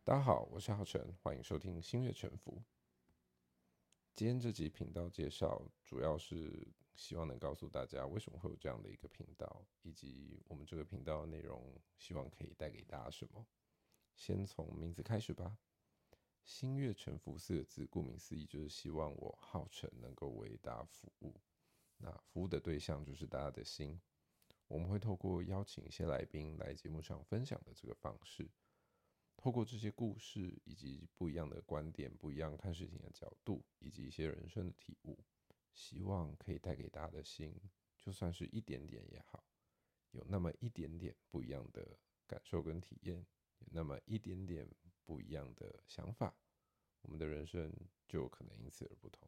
大家好，我是浩辰，欢迎收听星月沉浮。今天这集频道介绍，主要是希望能告诉大家为什么会有这样的一个频道，以及我们这个频道的内容，希望可以带给大家什么。先从名字开始吧。星月沉浮四个字，顾名思义，就是希望我浩辰能够为大家服务。那服务的对象就是大家的心。我们会透过邀请一些来宾来节目上分享的这个方式。透过这些故事，以及不一样的观点、不一样看事情的角度，以及一些人生的体悟，希望可以带给大家的心，就算是一点点也好，有那么一点点不一样的感受跟体验，有那么一点点不一样的想法，我们的人生就有可能因此而不同。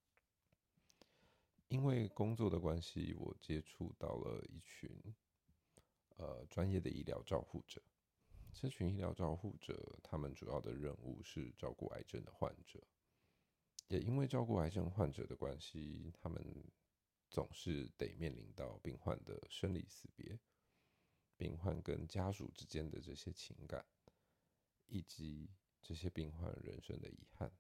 因为工作的关系，我接触到了一群专业的医疗照护者。这群医疗照护者，他们主要的任务是照顾癌症的患者，也因为照顾癌症患者的关系，他们总是得面临到病患的生离死别，病患跟家属之间的这些情感，以及这些病患人生的遗憾。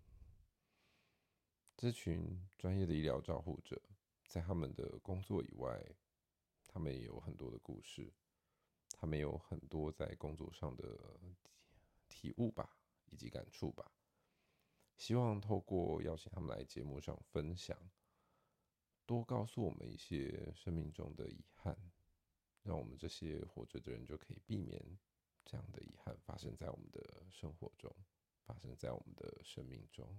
这群专业的医疗照护者，在他们的工作以外，他们也有很多的故事，他们有很多在工作上的体悟吧，以及感触吧。希望透过邀请他们来节目上分享，多告诉我们一些生命中的遗憾，让我们这些活着的人就可以避免这样的遗憾发生在我们的生活中，发生在我们的生命中。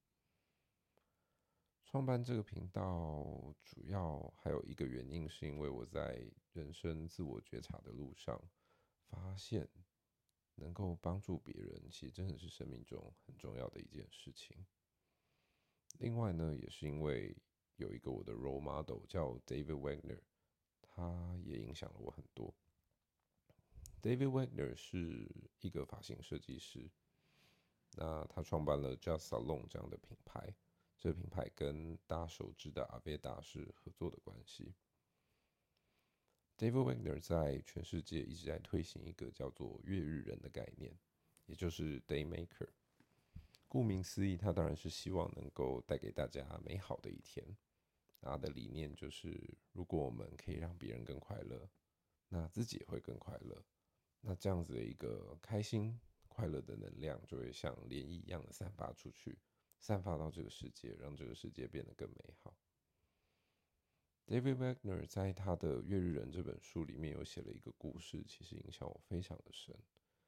创办这个频道主要还有一个原因，是因为我在人生自我觉察的路上，发现能够帮助别人，其实真的是生命中很重要的一件事情。另外呢，也是因为有一个我的 role model 叫 David Wagner， 他也影响了我很多。David Wagner 是一个发型设计师，那他创办了 Just Salon 这样的品牌，这个品牌跟大家熟知的 Aveda 是合作的关系。David Wagner 在全世界一直在推行一个叫做月日人的概念，也就是 Day Maker。顾名思义，他当然是希望能够带给大家美好的一天。他的理念就是，如果我们可以让别人更快乐，那自己也会更快乐。那这样子的一个开心、快乐的能量，就会像涟漪一样的散发出去，散发到这个世界，让这个世界变得更美好。David Wagner 在他的《月日人》这本书里面有写了一个故事，其实影响我非常的深。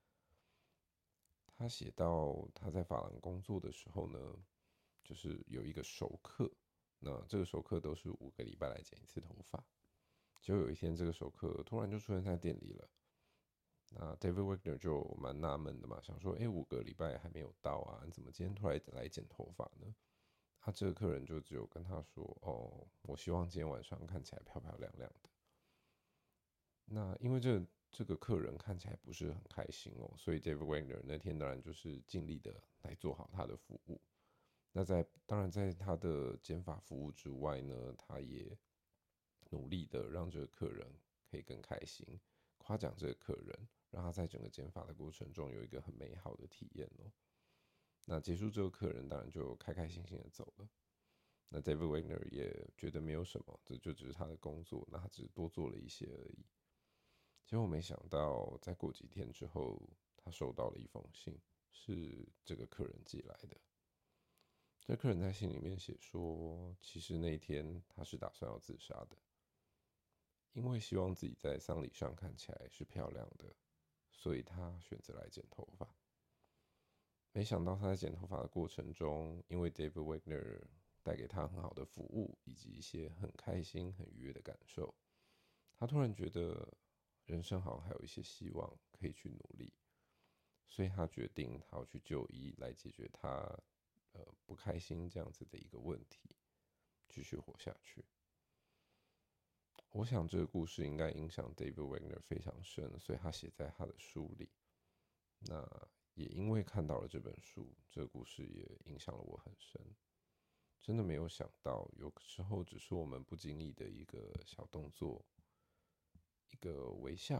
他写到他在发廊工作的时候呢，就是有一个熟客，那这个熟客都是5个礼拜来剪一次头发。结果有一天，这个熟客突然就出现在店里了。那 David Wagner 就蛮纳闷的嘛，想说，5个礼拜还没有到啊，你怎么今天突然来剪头发呢？他这个客人就只有跟他说，哦，我希望今天晚上看起来漂漂亮亮的。那因为这个客人看起来不是很开心哦，所以 David Wagner 那天当然就是尽力的来做好他的服务。那当然在他的剪发服务之外呢，他也努力的让这个客人可以更开心，夸奖这个客人，让他在整个剪发的过程中有一个很美好的体验哦。那结束之后，客人当然就开开心心的走了。那 David Wagner 也觉得没有什么，这就只是他的工作，那他只是多做了一些而已。结果没想到，再过几天之后，他收到了一封信，是这个客人寄来的。这客人在信里面写说，其实那一天他是打算要自杀的，因为希望自己在丧礼上看起来是漂亮的，所以他选择来剪头发。没想到他在剪头发的过程中，因为 David Wagner 带给他很好的服务，以及一些很开心、很愉悦的感受，他突然觉得人生好像还有一些希望可以去努力，所以他决定他要去就医来解决他不开心这样子的一个问题，继续活下去。我想这个故事应该影响 David Wagner 非常深，所以他写在他的书里。那也因为看到了这本书，这个故事也影响了我很深。真的没有想到，有时候只是我们不经意的一个小动作，一个微笑，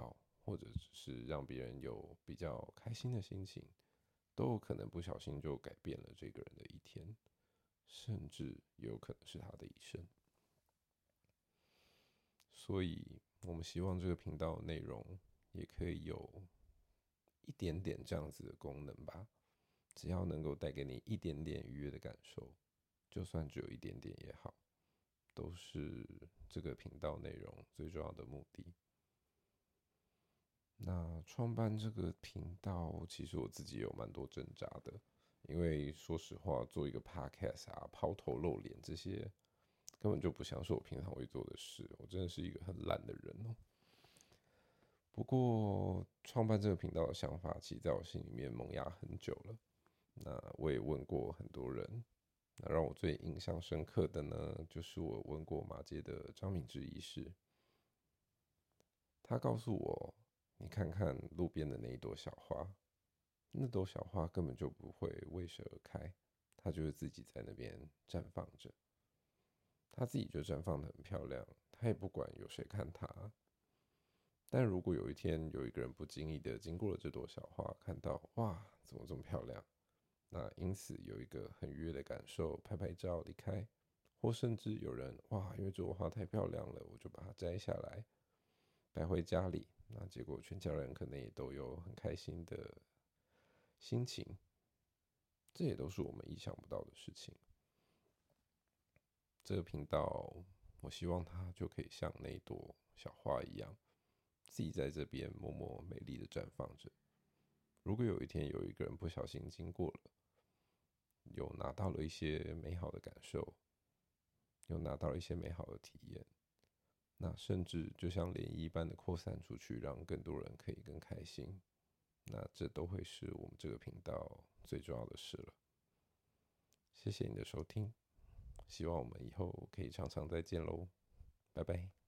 或者只是让别人有比较开心的心情，都有可能不小心就改变了这个人的一天，甚至也有可能是他的一生。所以，我们希望这个频道内容也可以有一点点这样子的功能吧。只要能够带给你一点点愉悦的感受，就算只有一点点也好，都是这个频道内容最重要的目的。那创办这个频道，其实我自己有蛮多挣扎的，因为说实话，做一个 podcast 啊，抛头露脸这些，根本就不像是我平常会做的事。我真的是一个很懒的人哦。不过，创办这个频道的想法，其实在我心里面萌芽很久了。那我也问过很多人，那让我最印象深刻的呢，就是我问过马街的张敏智医师，他告诉我，你看看路边的那一朵小花，那朵小花根本就不会为谁而开，它就是自己在那边绽放着，它自己就绽放得很漂亮，它也不管有谁看它。但如果有一天有一个人不经意的经过了这朵小花，看到哇，怎么这么漂亮？那因此有一个很愉悦的感受，拍拍照离开，或甚至有人哇，因为这朵花太漂亮了，我就把它摘下来带回家里。那结果全家人可能也都有很开心的心情，这也都是我们意想不到的事情。这个频道，我希望它就可以像那一朵小花一样，自己在这边默默美丽的绽放着。如果有一天有一个人不小心经过了，有拿到了一些美好的感受，有拿到了一些美好的体验，那甚至就像涟漪一般的扩散出去，让更多人可以更开心，那这都会是我们这个频道最重要的事了。谢谢你的收听，希望我们以后可以常常再见喽，拜拜。